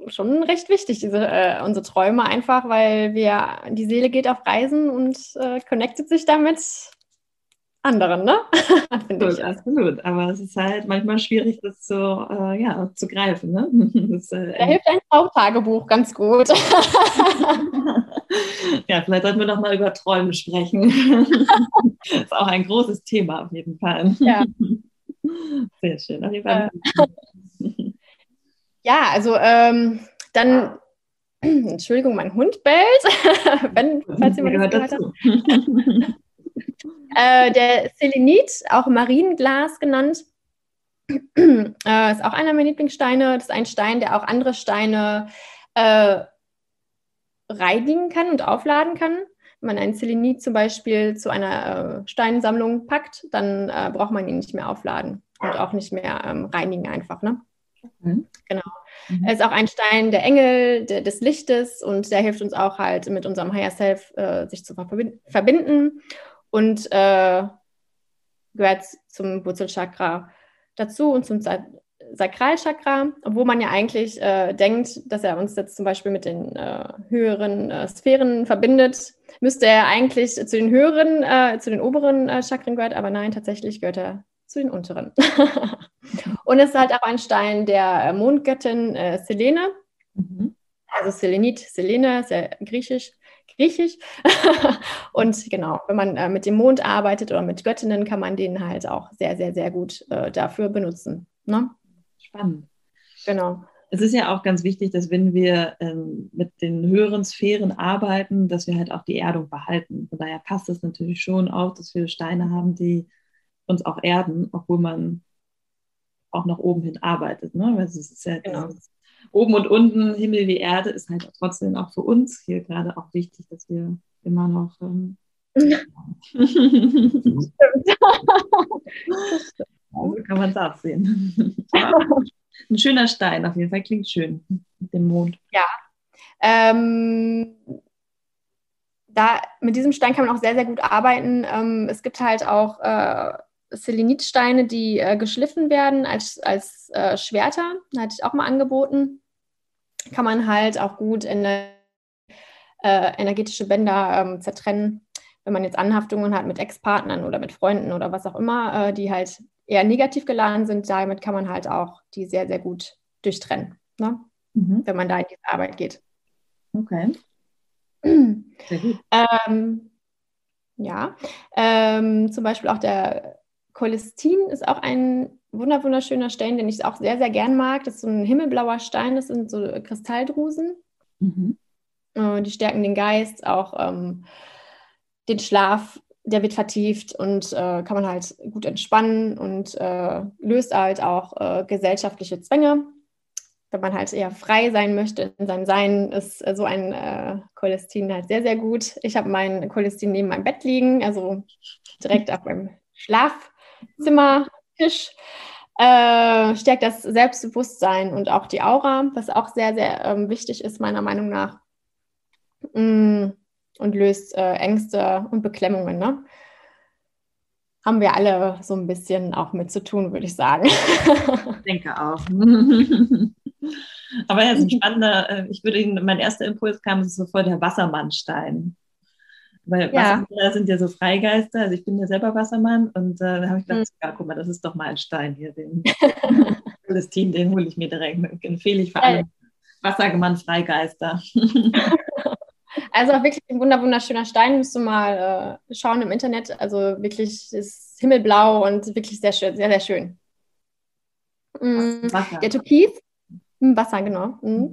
S2: schon recht wichtig, diese, äh, unsere Träume einfach, weil wir, die Seele geht auf Reisen und äh, connectet sich damit anderen, ne? Finde ich.
S3: Absolut, absolut. Aber es ist halt manchmal schwierig, das so, äh, ja, zu greifen. Ne? Das, äh,
S2: Da hilft ein Traumtagebuch ganz gut.
S3: Ja, vielleicht sollten wir noch mal über Träume sprechen. Das ist auch ein großes Thema auf jeden Fall.
S2: Ja.
S3: Sehr schön. Auf jeden Fall.
S2: Äh, ja, also ähm, dann, Entschuldigung, mein Hund bellt. Wenn, falls jemand das gehört hat. Äh, der Selenit, auch Marienglas genannt, äh, ist auch einer meiner Lieblingssteine. Das ist ein Stein, der auch andere Steine äh, reinigen kann und aufladen kann. Wenn man einen Selenit zum Beispiel zu einer äh, Steinsammlung packt, dann äh, braucht man ihn nicht mehr aufladen und auch nicht mehr ähm, reinigen einfach. Ne? Mhm. Genau. Mhm. Er ist auch ein Stein der Engel, der, des Lichtes, und der hilft uns auch halt mit unserem Higher Self äh, sich zu verbinden und äh, gehört zum Wurzelchakra dazu und zum Sakralchakra, obwohl man ja eigentlich äh, denkt, dass er uns jetzt zum Beispiel mit den äh, höheren äh, Sphären verbindet, müsste er eigentlich zu den höheren, äh, zu den oberen äh, Chakren gehört, aber nein, tatsächlich gehört er zu den unteren. Und es ist halt auch ein Stein der äh, Mondgöttin äh, Selene, mhm. also Selenit, Selene, sehr griechisch, griechisch. Und genau, wenn man äh, mit dem Mond arbeitet oder mit Göttinnen, kann man den halt auch sehr, sehr, sehr gut äh, dafür benutzen. Ne?
S3: Spannend.
S2: Genau.
S3: Es ist ja auch ganz wichtig, dass wenn wir ähm, mit den höheren Sphären arbeiten, dass wir halt auch die Erdung behalten. Von daher passt es natürlich schon auch, dass wir Steine haben, die uns auch erden, obwohl man auch nach oben hin arbeitet. Ne? Weil es ist ja genau. Dieses oben und unten, Himmel wie Erde, ist halt trotzdem auch für uns hier gerade auch wichtig, dass wir immer noch ähm, Stimmt. So kann man es auch sehen. Ein schöner Stein, auf jeden Fall, klingt schön mit dem Mond.
S2: Ja, ähm, da, mit diesem Stein kann man auch sehr, sehr gut arbeiten. Ähm, es gibt halt auch äh, Selenitsteine, die äh, geschliffen werden als, als äh, Schwerter. Da hatte ich auch mal angeboten. Kann man halt auch gut in äh, energetische Bänder ähm, zertrennen, wenn man jetzt Anhaftungen hat mit Ex-Partnern oder mit Freunden oder was auch immer, äh, die halt eher negativ geladen sind. Damit kann man halt auch die sehr, sehr gut durchtrennen, ne? Mhm. Wenn man da in diese Arbeit geht.
S3: Okay. Sehr gut.
S2: Ähm, ja, ähm, zum Beispiel auch der Cholestin ist auch ein wunder wunderschöner Stein, den ich auch sehr, sehr gern mag. Das ist so ein himmelblauer Stein, das sind so Kristalldrusen. Mhm. Äh, die stärken den Geist, auch ähm, den Schlaf, der wird vertieft und äh, kann man halt gut entspannen und äh, löst halt auch äh, gesellschaftliche Zwänge. Wenn man halt eher frei sein möchte in seinem Sein, ist äh, so ein äh, Cholestin halt sehr, sehr gut. Ich habe mein Cholestin neben meinem Bett liegen, also direkt auf meinem Schlafzimmertisch. Äh, stärkt das Selbstbewusstsein und auch die Aura, was auch sehr, sehr ähm, wichtig ist, meiner Meinung nach. Mm, und löst äh, Ängste und Beklemmungen, ne? Haben wir alle so ein bisschen auch mit zu tun, würde ich sagen.
S3: Ich denke auch. Aber ja, es ist ein spannender, ich würde Ihnen, mein erster Impuls kam, es ist so voll der Wassermannstein. Weil ja. Wassermänner sind ja so Freigeister, also ich bin ja selber Wassermann und äh, da habe ich gedacht, mhm. ja, guck mal, das ist doch mal ein Stein hier, den Cholestin, den hole ich mir direkt, den empfehle ich für alle Wassermann-Freigeister.
S2: Also auch wirklich ein wunderschöner Stein, musst du mal äh, schauen im Internet, also wirklich ist himmelblau und wirklich sehr schön, sehr, sehr schön. Mhm. Der Türkis, Wasser, genau. Mhm.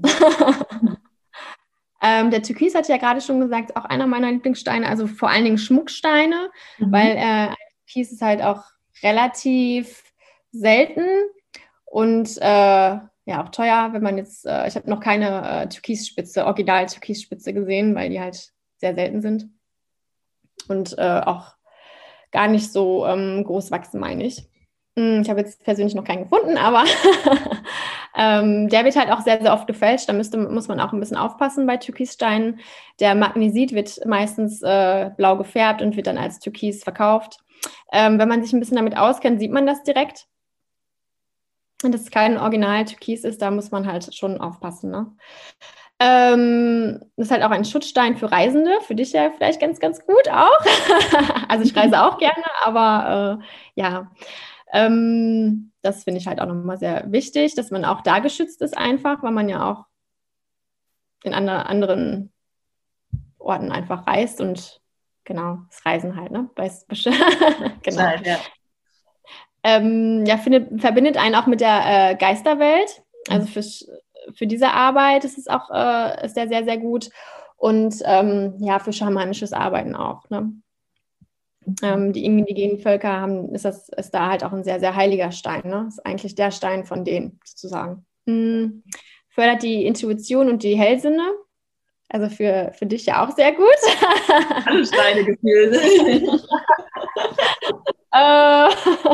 S2: Ähm, der Türkis hatte ich ja gerade schon gesagt, auch einer meiner Lieblingssteine, also vor allen Dingen Schmucksteine, mhm. weil äh, Türkis ist halt auch relativ selten und äh, ja auch teuer, wenn man jetzt, äh, ich habe noch keine äh, Türkisspitze, Original-Türkisspitze gesehen, weil die halt sehr selten sind und äh, auch gar nicht so ähm, groß wachsen, meine ich. Ich habe jetzt persönlich noch keinen gefunden, aber ähm, der wird halt auch sehr, sehr oft gefälscht. Da müsste, muss man auch ein bisschen aufpassen bei Türkissteinen. Der Magnesit wird meistens äh, blau gefärbt und wird dann als Türkis verkauft. Ähm, wenn man sich ein bisschen damit auskennt, sieht man das direkt. das kein Original-Türkis ist, da muss man halt schon aufpassen. Ne? Ähm, das ist halt auch ein Schutzstein für Reisende, für dich ja vielleicht ganz, ganz gut auch. Also ich reise auch gerne, aber äh, ja, ähm, das finde ich halt auch nochmal sehr wichtig, dass man auch da geschützt ist einfach, weil man ja auch in andre, anderen Orten einfach reist und genau, das Reisen halt, ne? Weiß, genau.
S3: Nein, ja.
S2: Ähm, ja, findet, verbindet einen auch mit der äh, Geisterwelt. Also für, für diese Arbeit ist es auch äh, ist der sehr, sehr gut. Und ähm, ja, für schamanisches Arbeiten auch. Ne? Mhm. Ähm, die indigenen Völker haben, ist das ist da halt auch ein sehr, sehr heiliger Stein. Ne? Ist eigentlich der Stein von denen sozusagen. Mhm. Fördert die Intuition und die Hellsinne. Also für, für dich ja auch sehr gut.
S3: Alle Steine gefühlt.
S2: äh,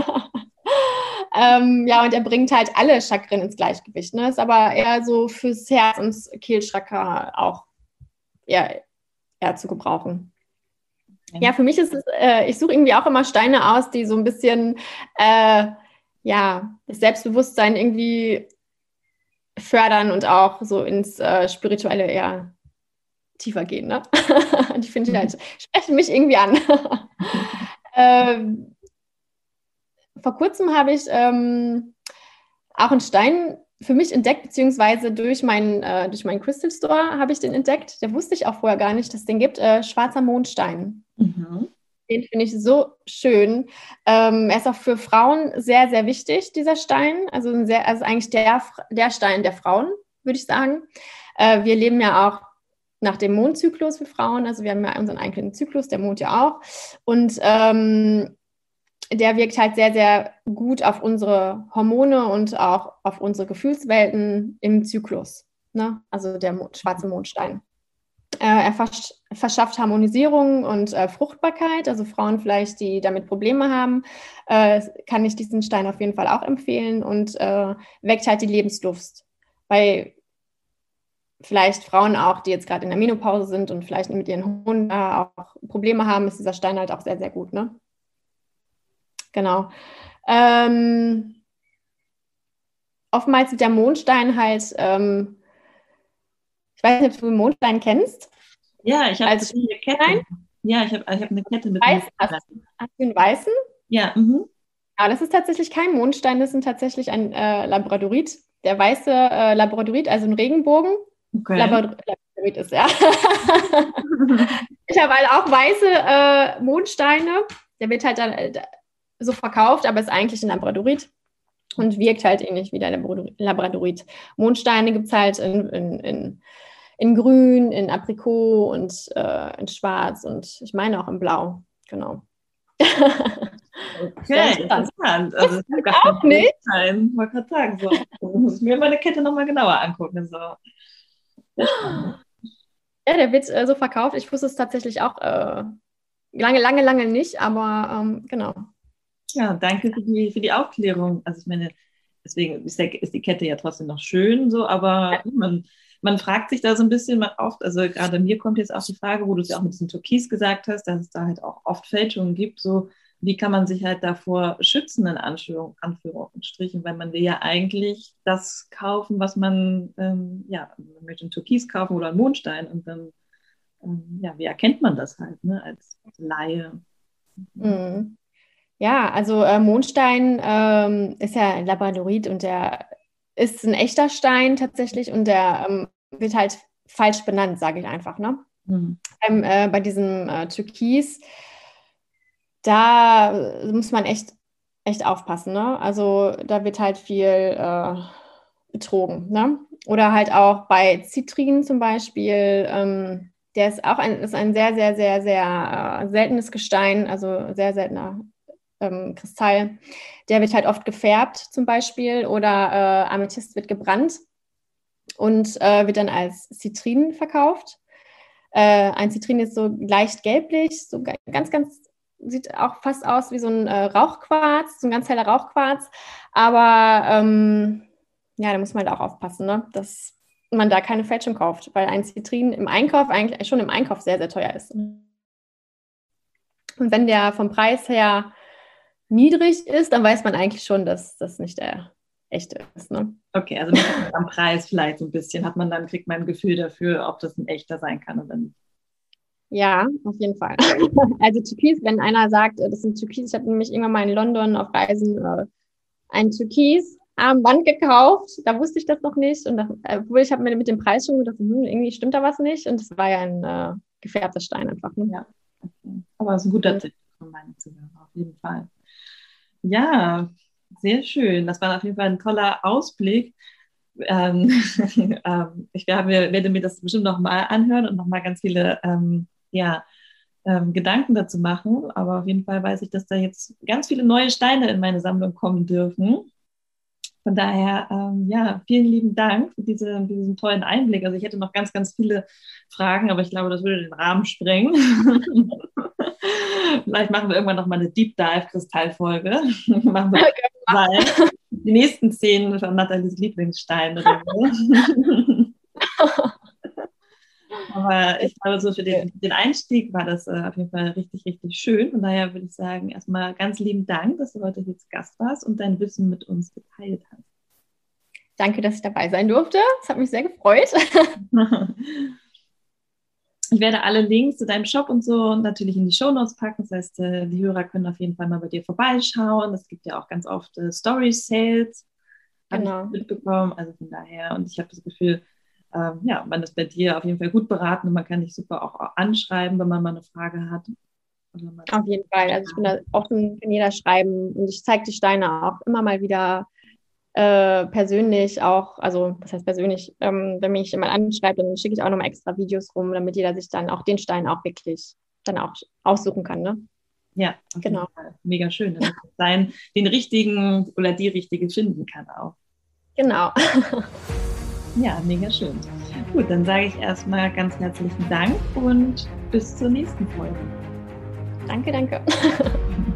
S2: ähm, ja, und er bringt halt alle Chakren ins Gleichgewicht. Ne? Ist aber eher so fürs Herz und das Kehlchakra auch eher, eher zu gebrauchen. Okay. Ja, für mich ist es, äh, ich suche irgendwie auch immer Steine aus, die so ein bisschen, äh, ja, das Selbstbewusstsein irgendwie fördern und auch so ins äh, Spirituelle eher tiefer gehen. Ne? Die finde ich halt, sprechen mich irgendwie an. ähm, vor kurzem habe ich ähm, auch einen Stein für mich entdeckt, beziehungsweise durch meinen, äh, durch meinen Crystal Store habe ich den entdeckt. Der wusste ich auch vorher gar nicht, dass es den gibt. Äh, schwarzer Mondstein. Mhm. Den finde ich so schön. Ähm, er ist auch für Frauen sehr, sehr wichtig, dieser Stein. Also, ein sehr, also eigentlich der, der Stein der Frauen, würde ich sagen. Äh, wir leben ja auch nach dem Mondzyklus für Frauen. Also wir haben ja unseren eigenen Zyklus, der Mond ja auch. Und ähm, der wirkt halt sehr, sehr gut auf unsere Hormone und auch auf unsere Gefühlswelten im Zyklus. Ne? Also der Mond, schwarze Mondstein. Äh, er versch- verschafft Harmonisierung und äh, Fruchtbarkeit. Also Frauen vielleicht, die damit Probleme haben, äh, kann ich diesen Stein auf jeden Fall auch empfehlen und äh, weckt halt die Lebenslust. Bei vielleicht Frauen auch, die jetzt gerade in der Menopause sind und vielleicht mit ihren Hormonen äh, auch Probleme haben, ist dieser Stein halt auch sehr, sehr gut. Ne? Genau. Ähm, oftmals wird der Mondstein halt, ähm, ich weiß nicht, ob du den Mondstein kennst.
S3: Ja, ich habe eine Kette. Ja, ich habe ich hab eine Kette mit
S2: Weiß, hast, hast du einen weißen?
S3: Ja. Mhm.
S2: Aber das ist tatsächlich kein Mondstein, das ist tatsächlich ein äh, Labradorit. Der weiße äh, Labradorit, also ein Regenbogen.
S3: Okay.
S2: Labrador- Labradorit ist, ja. Ich habe halt auch weiße äh, Mondsteine. Der wird halt dann äh, so verkauft, aber ist eigentlich ein Labradorit und wirkt halt ähnlich wie der Labradorit. Mondsteine gibt es halt in, in, in, in grün, in Aprikot und äh, in schwarz und ich meine auch in blau. Genau.
S3: Okay, interessant. Also,
S2: das das auch nicht.
S3: Ich wollte gerade sagen, so. Muss ich mir meine Kette nochmal genauer angucken. So.
S2: Ja, der wird äh, so verkauft. Ich wusste es tatsächlich auch äh, lange, lange, lange nicht, aber ähm, genau.
S3: Ja, danke für die, für die Aufklärung. Also ich meine, deswegen ist, der, ist die Kette ja trotzdem noch schön, so, aber ja. man, man fragt sich da so ein bisschen oft, also gerade mir kommt jetzt auch die Frage, wo du es ja auch mit diesem Türkis gesagt hast, dass es da halt auch oft Fälschungen gibt, so wie kann man sich halt davor schützen, in Anführung, Anführungsstrichen, weil man will ja eigentlich das kaufen, was man, ähm, ja, man möchte einen Türkis kaufen oder einen Mondstein und dann, ähm, ja, wie erkennt man das halt, ne, als Laie?
S2: Mhm. Ja, also äh, Mondstein ähm, ist ja ein Labradorit und der ist ein echter Stein tatsächlich und der ähm, wird halt falsch benannt, sage ich einfach. Ne? Mhm. Ähm, äh, bei diesem äh, Türkis, da muss man echt, echt aufpassen. Ne? Also da wird halt viel äh, betrogen. Ne? Oder halt auch bei Zitrin zum Beispiel, ähm, der ist auch ein, ist ein sehr, sehr, sehr, sehr äh, seltenes Gestein, also sehr seltener Ähm, Kristall, der wird halt oft gefärbt zum Beispiel oder äh, Amethyst wird gebrannt und äh, wird dann als Zitrin verkauft. Äh, ein Zitrin ist so leicht gelblich, so ganz, ganz, sieht auch fast aus wie so ein äh, Rauchquarz, so ein ganz heller Rauchquarz, aber ähm, ja, da muss man halt auch aufpassen, ne? Dass man da keine Fälschung kauft, weil ein Zitrin im Einkauf eigentlich schon im Einkauf sehr, sehr teuer ist. Und wenn der vom Preis her niedrig ist, dann weiß man eigentlich schon, dass das nicht der echt ist. Ne?
S3: Okay, also am Preis vielleicht so ein bisschen, hat man dann, kriegt man ein Gefühl dafür, ob das ein echter sein kann oder nicht.
S2: Ja, auf jeden Fall. Also Türkis, wenn einer sagt, das sind Türkis, ich habe nämlich irgendwann mal in London auf Reisen äh, ein Türkis-Armband gekauft, da wusste ich das noch nicht, und das, obwohl ich habe mir mit dem Preis schon gedacht, hm, irgendwie stimmt da was nicht, und es war ja ein äh, gefärbter Stein einfach. Ne?
S3: Ja, okay. Aber es ist ein guter Tipp von meinen Zuhörern, auf jeden Fall. Ja, sehr schön. Das war auf jeden Fall ein toller Ausblick. Ähm, ähm, ich werde, werde mir das bestimmt nochmal anhören und nochmal ganz viele ähm, ja, ähm, Gedanken dazu machen. Aber auf jeden Fall weiß ich, dass da jetzt ganz viele neue Steine in meine Sammlung kommen dürfen. Von daher, ähm, ja, vielen lieben Dank für diese, diesen tollen Einblick. Also ich hätte noch ganz, ganz viele Fragen, aber ich glaube, das würde den Rahmen sprengen. Vielleicht machen wir irgendwann noch mal eine Deep Dive Kristallfolge. Machen wir mal die nächsten zehn von Nathalies Lieblingsstein oder so. Aber ich glaube, so für den, den Einstieg war das äh, auf jeden Fall richtig, richtig schön. Von daher würde ich sagen, erstmal ganz lieben Dank, dass du heute hier zu Gast warst und dein Wissen mit uns geteilt hast.
S2: Danke, dass ich dabei sein durfte. Das hat mich sehr gefreut.
S3: Ich werde alle Links zu deinem Shop und so natürlich in die Shownotes packen. Das heißt, die Hörer können auf jeden Fall mal bei dir vorbeischauen. Es gibt ja auch ganz oft äh, Story-Sales, habe genau. ich mitbekommen. Also von daher, und ich habe das Gefühl, ähm, ja, man ist bei dir auf jeden Fall gut beraten und man kann dich super auch anschreiben, wenn man mal eine Frage hat.
S2: Auf jeden Fall. Also ich bin da offen, kann jeder schreiben, und ich zeige die Steine auch immer mal wieder Äh, persönlich auch, also das heißt persönlich, ähm, wenn mich jemand anschreibt, dann schicke ich auch nochmal extra Videos rum, damit jeder sich dann auch den Stein auch wirklich dann auch aussuchen kann, ne?
S3: Ja, genau. Mega schön, damit man den richtigen oder die richtige finden kann auch.
S2: Genau.
S3: Ja, mega schön. Gut, dann sage ich erstmal ganz herzlichen Dank und bis zur nächsten Folge.
S2: Danke, danke.